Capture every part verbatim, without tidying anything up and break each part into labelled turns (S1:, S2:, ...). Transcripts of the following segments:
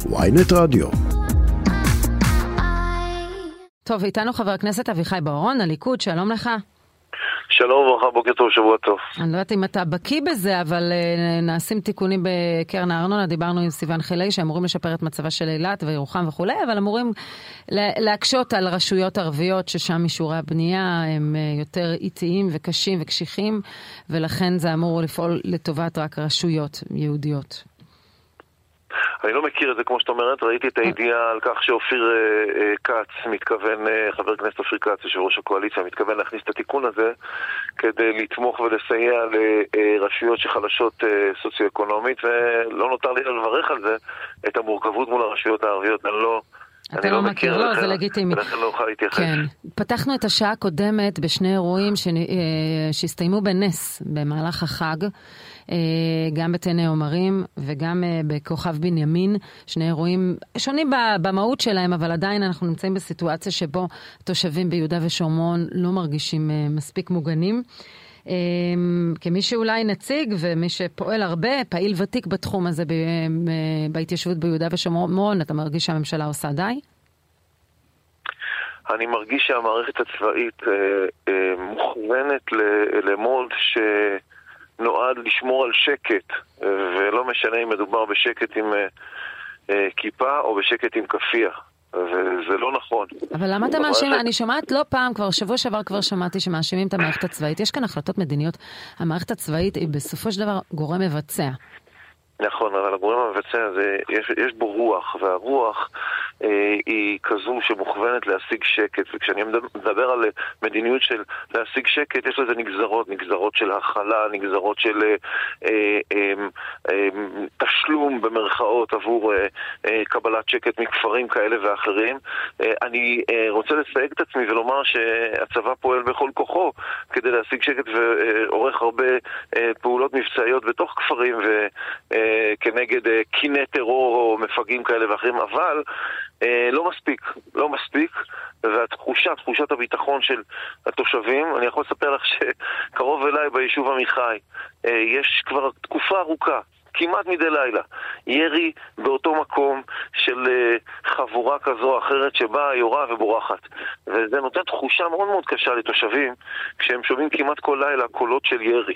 S1: וויינט רדיו.
S2: טוב, איתנו חבר הכנסת אביחי בוארון, הליכוד, שלום לך.
S3: שלום וברכה, בוקר טוב, שבוע טוב.
S2: אני לא יודעת אם אתה בקיא בזה, אבל uh, נעשים תיקונים בקרן הארנונה, דיברנו עם סיוון חילי שאמורים לשפר את מצבה של אילת וירוחם וכו', אבל אמורים להקשות על רשויות ערביות ששם אישורי הבנייה הם uh, יותר איטיים וקשים וקשיחים, ולכן זה אמור לפעול לטובת רק רשויות יהודיות.
S3: אני לא מכיר את זה כמו שאת אומרת, ראיתי את הידיעה על כך שאופיר קץ מתכוון, חבר הכנסת אופיר קץ, יושב ראש הקואליציה, מתכוון להכניס את התיקון הזה כדי לתמוך ולסייע לרשויות שחלשות סוציו-אקונומית, ולא נותר לי לברך על זה את המורכבות מול הרשויות הערביות. אני לא...
S2: אתה לא מכיר, לא, זה לגיטימי.
S3: ולכן לא אוכל להתייחס.
S2: כן. פתחנו את השעה הקודמת בשני אירועים שהסתיימו בנס במהלך החג, גם בתני עומרים וגם בכוכב בנימין, שני אירועים שונים במהות שלהם, אבל עדיין אנחנו נמצאים בסיטואציה שבו תושבים ביהודה ושומרון לא מרגישים מספיק מוגנים. כמי שאולי נציג ומי שפועל הרבה, פעיל ותיק בתחום הזה בהתיישבות ביהודה ושומרון, אתה מרגיש שהממשלה עושה די?
S3: אני מרגיש שהמערכת הצבאית מוכוונת למוד שנועד לשמור על שקט, ולא משנה אם מדובר בשקט עם כיפה או בשקט עם כפייה. וזה לא נכון.
S2: אבל למה אתה מאשים? אני שומעת לא פעם, כבר שבוע שעבר כבר שמעתי שמאשימים את המערכת הצבאית. יש כאן החלטות מדיניות. המערכת הצבאית היא בסופו של דבר גורם מבצע.
S3: נכון, אבל הגורם המבצע זה, יש, יש בו רוח, והרוח אה, היא כזו שמוכוונת להשיג שקט, וכשאני מדבר על מדיניות של להשיג שקט, יש לזה נגזרות, נגזרות של הכלה, נגזרות של אה, אה, אה, אה, תשלום במרכאות עבור אה, אה, קבלת שקט מכפרים כאלה ואחרים. אה, אני אה, רוצה לסייג את עצמי ולומר שהצבא פועל בכל כוחו כדי להשיג שקט ועורך הרבה אה, פעולות מבצעיות בתוך כפרים ו... כנגד קיני טרור או מפגעים כאלה ואחרים, אבל לא מספיק, לא מספיק, והתחושה, תחושת הביטחון של התושבים, אני יכול לספר לך שקרוב אליי ביישוב עמיחי, יש כבר תקופה ארוכה, כמעט מדי לילה, ירי באותו מקום של חבורה כזו או אחרת שבאה יורה ובורחת. וזה נותן תחושה מאוד מאוד קשה לתושבים כשהם שומעים כמעט כל לילה קולות של ירי.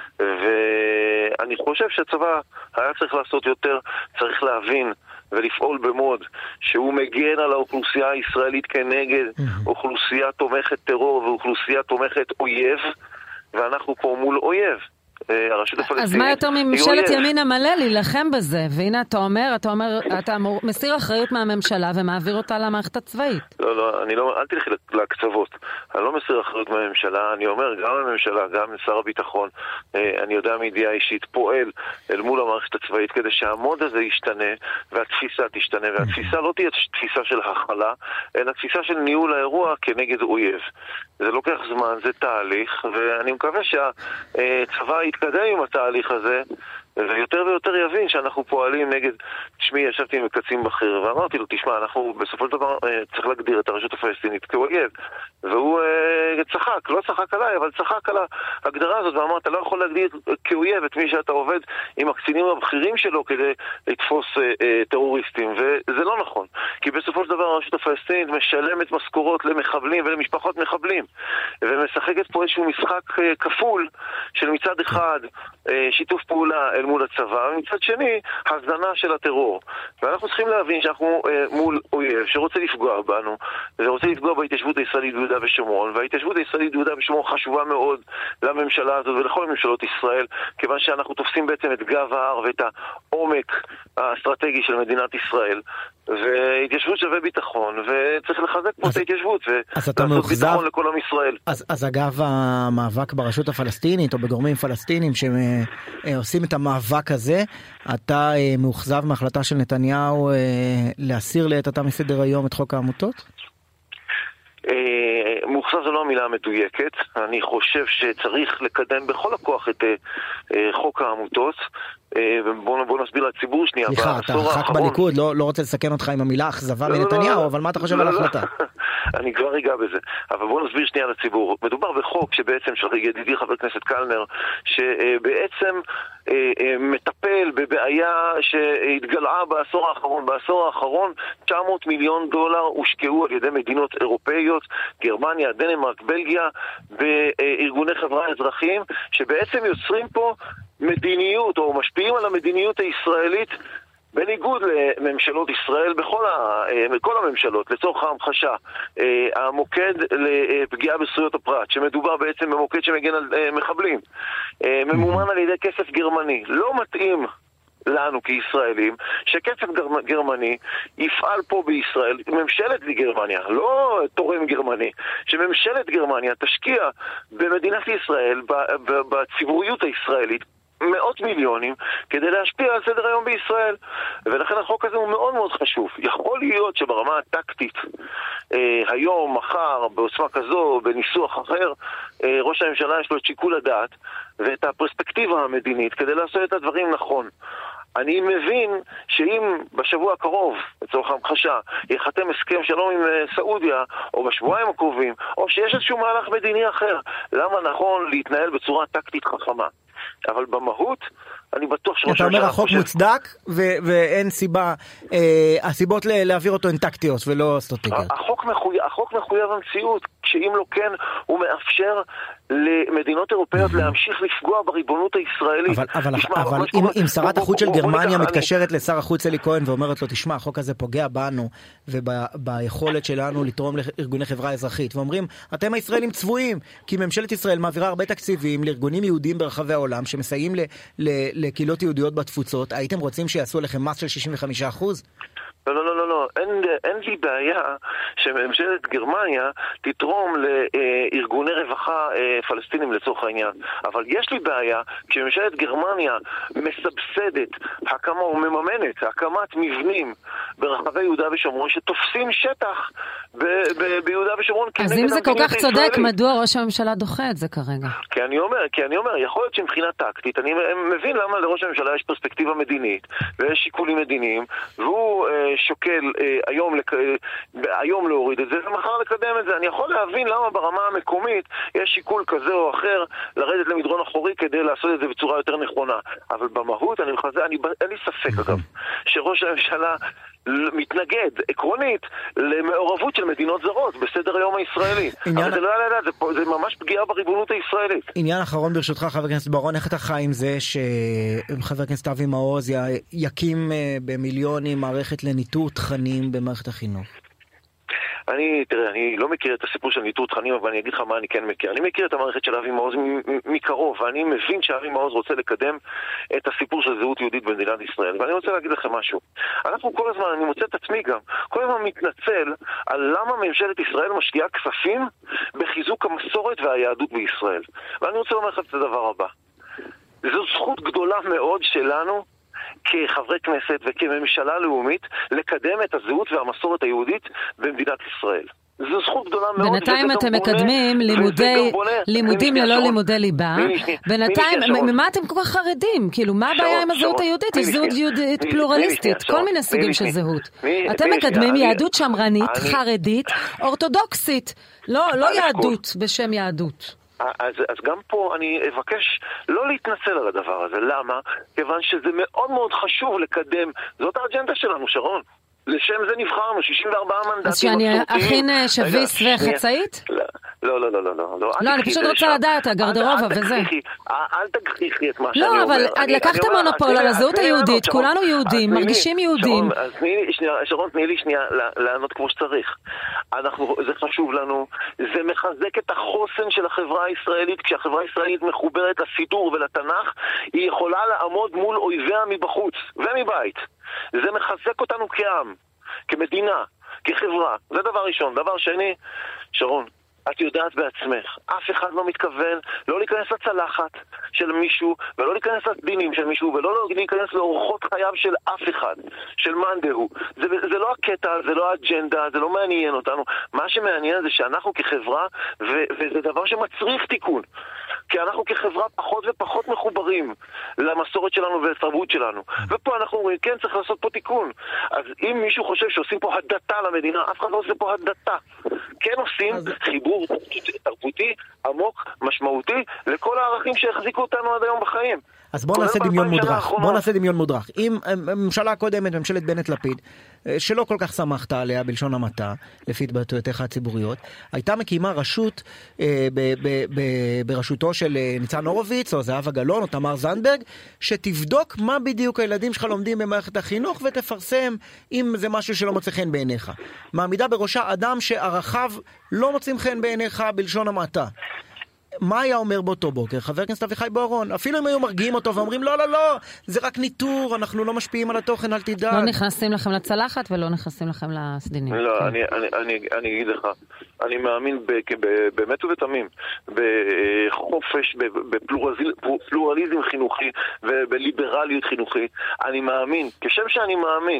S3: ואני חושב שהצבא היה צריך לעשות יותר, צריך להבין ולפעול במוד שהוא מגן על האוכלוסייה הישראלית כנגד אוכלוסייה תומכת טרור ואוכלוסייה תומכת אויב, ואנחנו פה מול אויב.
S2: אז מה יותר מממשלת ימין המלא להילחם בזה? והנה אתה אומר, אתה אומר, אתה מסיר אחריות מהממשלה ומעביר אותה למערכת הצבאית.
S3: לא, לא, אני לא, אל תלכי להקצוות. אני לא מסיר אחריות מהממשלה, אני אומר גם הממשלה, גם שר הביטחון, אני יודע מידיעה אישית, פועל אל מול המערכת הצבאית כדי שהמוד הזה ישתנה והתפיסה תשתנה, והתפיסה לא תהיה תפיסה של הכלה, אלא תפיסה של ניהול האירוע כנגד אויב. זה לוקח זמן, זה תהליך, ואני מקווה שהצבא יתקדם עם התהליך הזה, ויותר ויותר יבין שאנחנו פועלים נגד, תשמעי, ישבתי עם קצין בכיר, ואמרתי לו, תשמע, אנחנו בסופו של דבר צריך להגדיר את הרשות הפלסטינית כאויב, והוא צחק, לא צחק עליי, אבל צחק על ההגדרה הזאת, ואמר, אתה לא יכול להגדיר כאויב את מי שאתה עובד עם הקצינים הבכירים שלו כדי לתפוס טרוריסטים, וזה לא נכון, כי בסופו של דבר הרשות הפלסטינית משלמת משכורות למחבלים ולמשפחות מחבלים, ומשחקת פה איזשהו משחק כפול של מצד אחד שיתוף פעולה אל מול הצבא, ומצד שני, הזנה של הטרור. ואנחנו צריכים להבין שאנחנו אה, מול אויב שרוצה לפגוע בנו, ורוצה לפגוע בהתיישבות הישראלית ביהודה ושומרון, וההתיישבות הישראלית ביהודה ושומרון חשובה מאוד לממשלה הזאת ולכל ממשלות ישראל, כיוון שאנחנו תופסים בעצם את גב ההר ואת העומק האסטרטגי של מדינת ישראל. והתיישבות שווה ביטחון, וצריך לחזק פה את ההתיישבות, ולעשות ביטחון לכל עם ישראל.
S4: אז, אז אגב המאבק ברשות הפלסטינית, או בגורמים פלסטינים שעושים את המאבק הזה, אתה מאוכזב מהחלטה של נתניהו להסיר לעת עתה מסדר היום את חוק העמותות?
S3: מאוכזב זו לא המילה המדויקת. אני חושב שצריך לקדם בכל הכוח את חוק העמותות. בוא נסביר לציבור שנייה.
S4: סליחה, אתה ח"כ בליכוד, לא רוצה לסכן אותך עם המילה אכזבה מנתניהו, אבל מה אתה חושב על ההחלטה?
S3: אני כבר אגע בזה. אבל בואו נסביר שנייה לציבור. מדובר בחוק שבעצם של ידידי חבר הכנסת קלנר, שבעצם מטפל בבעיה שהתגלעה בעשור האחרון. בעשור האחרון תשע מאות מיליון דולר הושקעו על ידי מדינות אירופאיות, גרמניה, דנמרק, בלגיה, בארגוני חברה אזרחיים, שבעצם יוצרים פה מדיניות או משפיעים על המדיניות הישראלית בניגוד לממשלות ישראל, בכל ה, בכל הממשלות, לצורך ההמחשה, המוקד לפגיעה בזכויות הפרט, שמדובר בעצם במוקד שמגן על מחבלים, ממומן על ידי כסף גרמני. לא מתאים לנו כישראלים שכסף גרמני יפעל פה בישראל, ממשלת גרמניה, לא תורם גרמני, שממשלת גרמניה תשקיע במדינת ישראל, בציבוריות הישראלית, מאות מיליונים כדי להשפיע על סדר היום בישראל. ולכן החוק הזה הוא מאוד מאוד חשוב. יכול להיות שברמה הטקטית אה, היום, מחר, בעוצמה כזו, בניסוח אחר, אה, ראש הממשלה יש לו את שיקול הדעת ואת הפרספקטיבה המדינית כדי לעשות את הדברים נכון. אני מבין שאם בשבוע הקרוב, לצורך המחשה, יחתם הסכם שלום עם סעודיה, או בשבועיים הקרובים, או שיש איזשהו מהלך מדיני אחר, למה נכון להתנהל בצורה טקטית חכמה? אבל במהות, אני בטוח שראש
S4: הממשלה... אתה אומר, החוק מוצדק, ואין סיבה, הסיבות להעביר אותו הן טקטיות ולא אסטרטגיות.
S3: החוק מחויב המציאות, שאם לא כן, הוא מאפשר למדינות אירופאיות להמשיך לפגוע בריבונות הישראלית.
S4: אבל אם שרת החוץ של גרמניה מתקשרת לשר החוץ אלי כהן ואומרת לו, תשמע, החוק הזה פוגע בנו וביכולת שלנו לתרום לארגוני חברה אזרחית, ואומרים, אתם הישראלים צבועים, כי ממשלת ישראל מעבירה הרבה תקציבים לארגונים יהודיים ברחבי העולם שמסייעים לקהילות יהודיות בתפוצות, הייתם רוצים שיעשו לכם מס של שישים וחמישה אחוז?
S3: לא, לא, לא, לא, לא. אין, אין לי בעיה שממשלת גרמניה תתרום לארגוני רווחה פלסטינים לצורך העניין. אבל יש לי בעיה כשממשלת גרמניה מסבסדת הקמה או מממנת הקמת מבנים ברחבי יהודה ושומרון שתופסים שטח ב- ב- ביהודה ושומרון.
S2: אז אם זה כל כך צודק, מדוע ראש הממשלה דוחה את זה כרגע?
S3: כי אני אומר, כי אני אומר, יכול להיות שמבחינה טקטית, אני מבין למה לראש הממשלה יש פרספקטיבה מדינית ויש שיקולים מדיניים, והוא שוקל היום, היום להוריד את זה ומחר לקדם את זה. אני יכול להבין למה ברמה המקומית יש שיקול כזה או אחר לרדת למדרון אחורי כדי לעשות את זה בצורה יותר נכונה. אבל במהות, אני מחזה, אני, אין לי ספק אגב, שראש הממשלה מתנגד עקרונית למעורבות של מדינות זרות בסדר היום הישראלי. אבל זה לא יעלה לדעת, זה, זה ממש פגיעה בריבונות הישראלית.
S4: עניין אחרון ברשותך, חבר הכנסת ברון, איך אתה חי עם זה שחבר הכנסת אבי מעוז יקים במיליונים מערכת לניטור תכנים במערכת החינוך?
S3: אני, תראה, אני לא מכיר את הסיפור של ניטור תכנים, אבל אני אגיד לך מה אני כן מכיר. אני מכיר את המערכת של אבי מעוז מקרוב, ואני מבין שאבי מעוז רוצה לקדם את הסיפור של זהות יהודית במדינת ישראל. ואני רוצה להגיד לכם משהו. אנחנו כל הזמן, אני מוצא את עצמי גם, כל הזמן מתנצל על למה ממשלת ישראל משקיעה כספים בחיזוק המסורת והיהדות בישראל. ואני רוצה לומר לך את הדבר הבא. זו זכות גדולה מאוד שלנו, כחברי כנסת וכממשלה לאומית, לקדם את הזהות והמסורת היהודית במדינת ישראל. זו זכות גדולה מאוד.
S2: בינתיים אתם מקדמים לימודי, לימודים ללא לימודי ליבה. בינתיים, ממה אתם כל כך חרדים? כאילו, מה הבעיה עם הזהות היהודית? יש זהות יהודית פלורליסטית, כל מיני סוגים של זהות. אתם מקדמים יהדות שמרנית, חרדית, אורתודוקסית, לא יהדות בשם יהדות.
S3: אז, אז גם פה אני אבקש לא להתנצל על הדבר הזה. למה? כיוון שזה מאוד מאוד חשוב לקדם. זאת האג'נדה שלנו, שרון. לשם זה נבחרנו, שישים וארבעה מנדטים.
S2: אז שאני אכין שביס וחצאית?
S3: לא, לא, לא, לא, לא.
S2: לא, אני פשוט רוצה לדעת, הגרדרובה וזה.
S3: אל תגחיכי את מה שאני אומר.
S2: לא, אבל לקחת מונופול על הזהות היהודית, כולנו יהודים, מרגישים יהודים.
S3: שרון, תני לי שנייה לענות כמו שצריך. זה חשוב לנו, זה מחזק את החוסן של החברה הישראלית, כשהחברה הישראלית מחוברת לסידור ולתנ"ך, היא יכולה לעמוד מול אויביה מבחוץ ומבית. זה מחזק אותנו כעם, כמדינה, כחברה. זה דבר ראשון. דבר שני, שרון, את יודעת בעצמך, אף אחד לא מתכוון לא להיכנס לצלחת של מישהו, ולא להיכנס לדינים של מישהו, ולא להיכנס לאורחות חייו של אף אחד, של מאן דהוא. זה, זה לא הקטע, זה לא האג'נדה, זה לא מעניין אותנו. מה שמעניין זה שאנחנו כחברה, ו, וזה דבר שמצריך תיקון. כי אנחנו כחברה פחות ופחות מחוברים למסורת שלנו ולתרבות שלנו. ופה אנחנו אומרים, כן, צריך לעשות פה תיקון. אז אם מישהו חושב שעושים פה הדתה למדינה, אף אחד לא עושה פה הדתה. כן עושים חיבור תרבותי עמוק, משמעותי, לכל הערכים שהחזיקו אותנו עד היום בחיים.
S4: אז בוא נעשה דמיון מודרך, בוא נעשה דמיון מודרך. אם הממשלה הקודמת, ממשלת בנט לפיד, שלא כל כך שמחת עליה בלשון המעטה, לפי התבטאויותיך הציבוריות, הייתה מקימה רשות אה, ב, ב, ב, בראשותו של ניצן הורוביץ, או זהבה גלאון, או תמר זנדברג, שתבדוק מה בדיוק הילדים שלך לומדים במערכת החינוך, ותפרסם אם זה משהו שלא מוצא חן בעיניך. מעמידה בראשה אדם שערכיו לא מוצאים חן בעיניך בלשון המעטה. מה היה אומר באותו בוקר? חבר הכנסת אביחי בוארון, אפילו אם היו מרגיעים אותו ואומרים לא, לא, לא, זה רק ניטור, אנחנו לא משפיעים על התוכן, אל תדאג.
S2: לא נכנסים לכם לצלחת ולא נכנסים לכם לסדינים.
S3: לא, אני, אני, אני, אני אגיד לך, אני מאמין באמת ובתמים, בחופש, בפלורליזם חינוכי ובליברליות חינוכית. אני מאמין, כשם שאני מאמין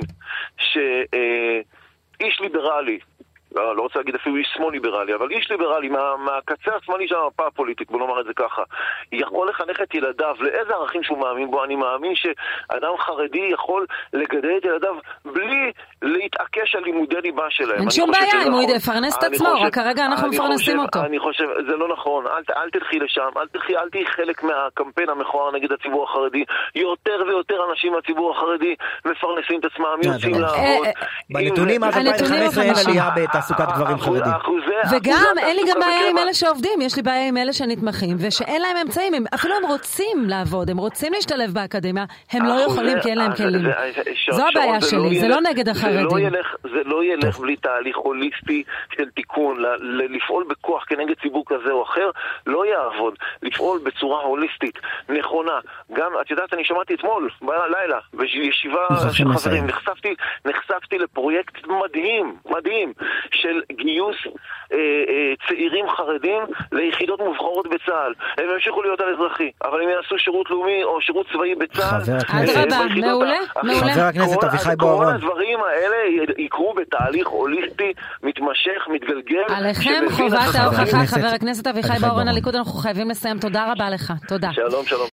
S3: שאיש ליברלי, לא, לא רוצה להגיד אפילו איש שמאל ליברלי, אבל איש ליברלי מה, מהקצה השמאלי של המפה הפוליטית, בוא נאמר את זה ככה, יכול לחנך את ילדיו לאיזה ערכים שהוא מאמין בו. אני מאמין שאדם חרדי יכול לגדל את ילדיו בלי להתעקש על לימודי ליבה שלהם.
S2: אין שום בעיה אם הוא יפרנס את עצמו, רק כרגע אנחנו מפרנסים אותו.
S3: אני חושב, זה לא נכון, אל, אל תלכי לשם, אל תלכי, אל תהי חלק מהקמפיין המכוער נגד הציבור החרדי. יותר ויותר אנשים מהציבור החרדי מפרנסים את עצמם, יוצאים לעבוד.
S4: בנתונים עד אלפיים וחמש עשרה אין עלייה בתעסוקת גברים חרדים.
S2: וגם אין לי גם בעיה עם אלה שעובדים, יש לי בעיה עם אלה שנתמכים, ושאין להם אמצעים, אפילו הם רוצים לעבוד, הם רוצים להשתלב באקדמיה, הם לא יכולים כי אין להם כלים. זו הבעיה שלי, זה לא נגד החרדים.
S3: זה לא ילך בלי תהליך הוליסטי של תיקון, לפעול בכוח כנגד ציבור כזה או אחר, לא יעבוד. לפעול בצורה הוליסטית, נכונה. גם, את יודעת, אני שמעתי אתמול, בלילה, בישיבה של חברים, נחשפתי לפרויקט מדהים, מדהים, של גיוס אה, אה, צעירים חרדים ליחידות מובחרות בצה"ל. הם ימשיכו להיות על אזרחי, אבל הם יעשו שירות לאומי או שירות צבאי בצה"ל.
S4: חבר הכנסת,
S2: מעולה, מעולה.
S4: חבר הכנסת אביחי בוארון.
S3: כל הדברים האלה יקרו בתהליך הוליסטי, מתמשך, מתגלגל.
S2: עליכם חובת ההוכחה, חבר הכנסת אביחי בוארון, הליכוד, אנחנו חייבים לסיים. תודה רבה לך. תודה.
S3: שלום, שלום.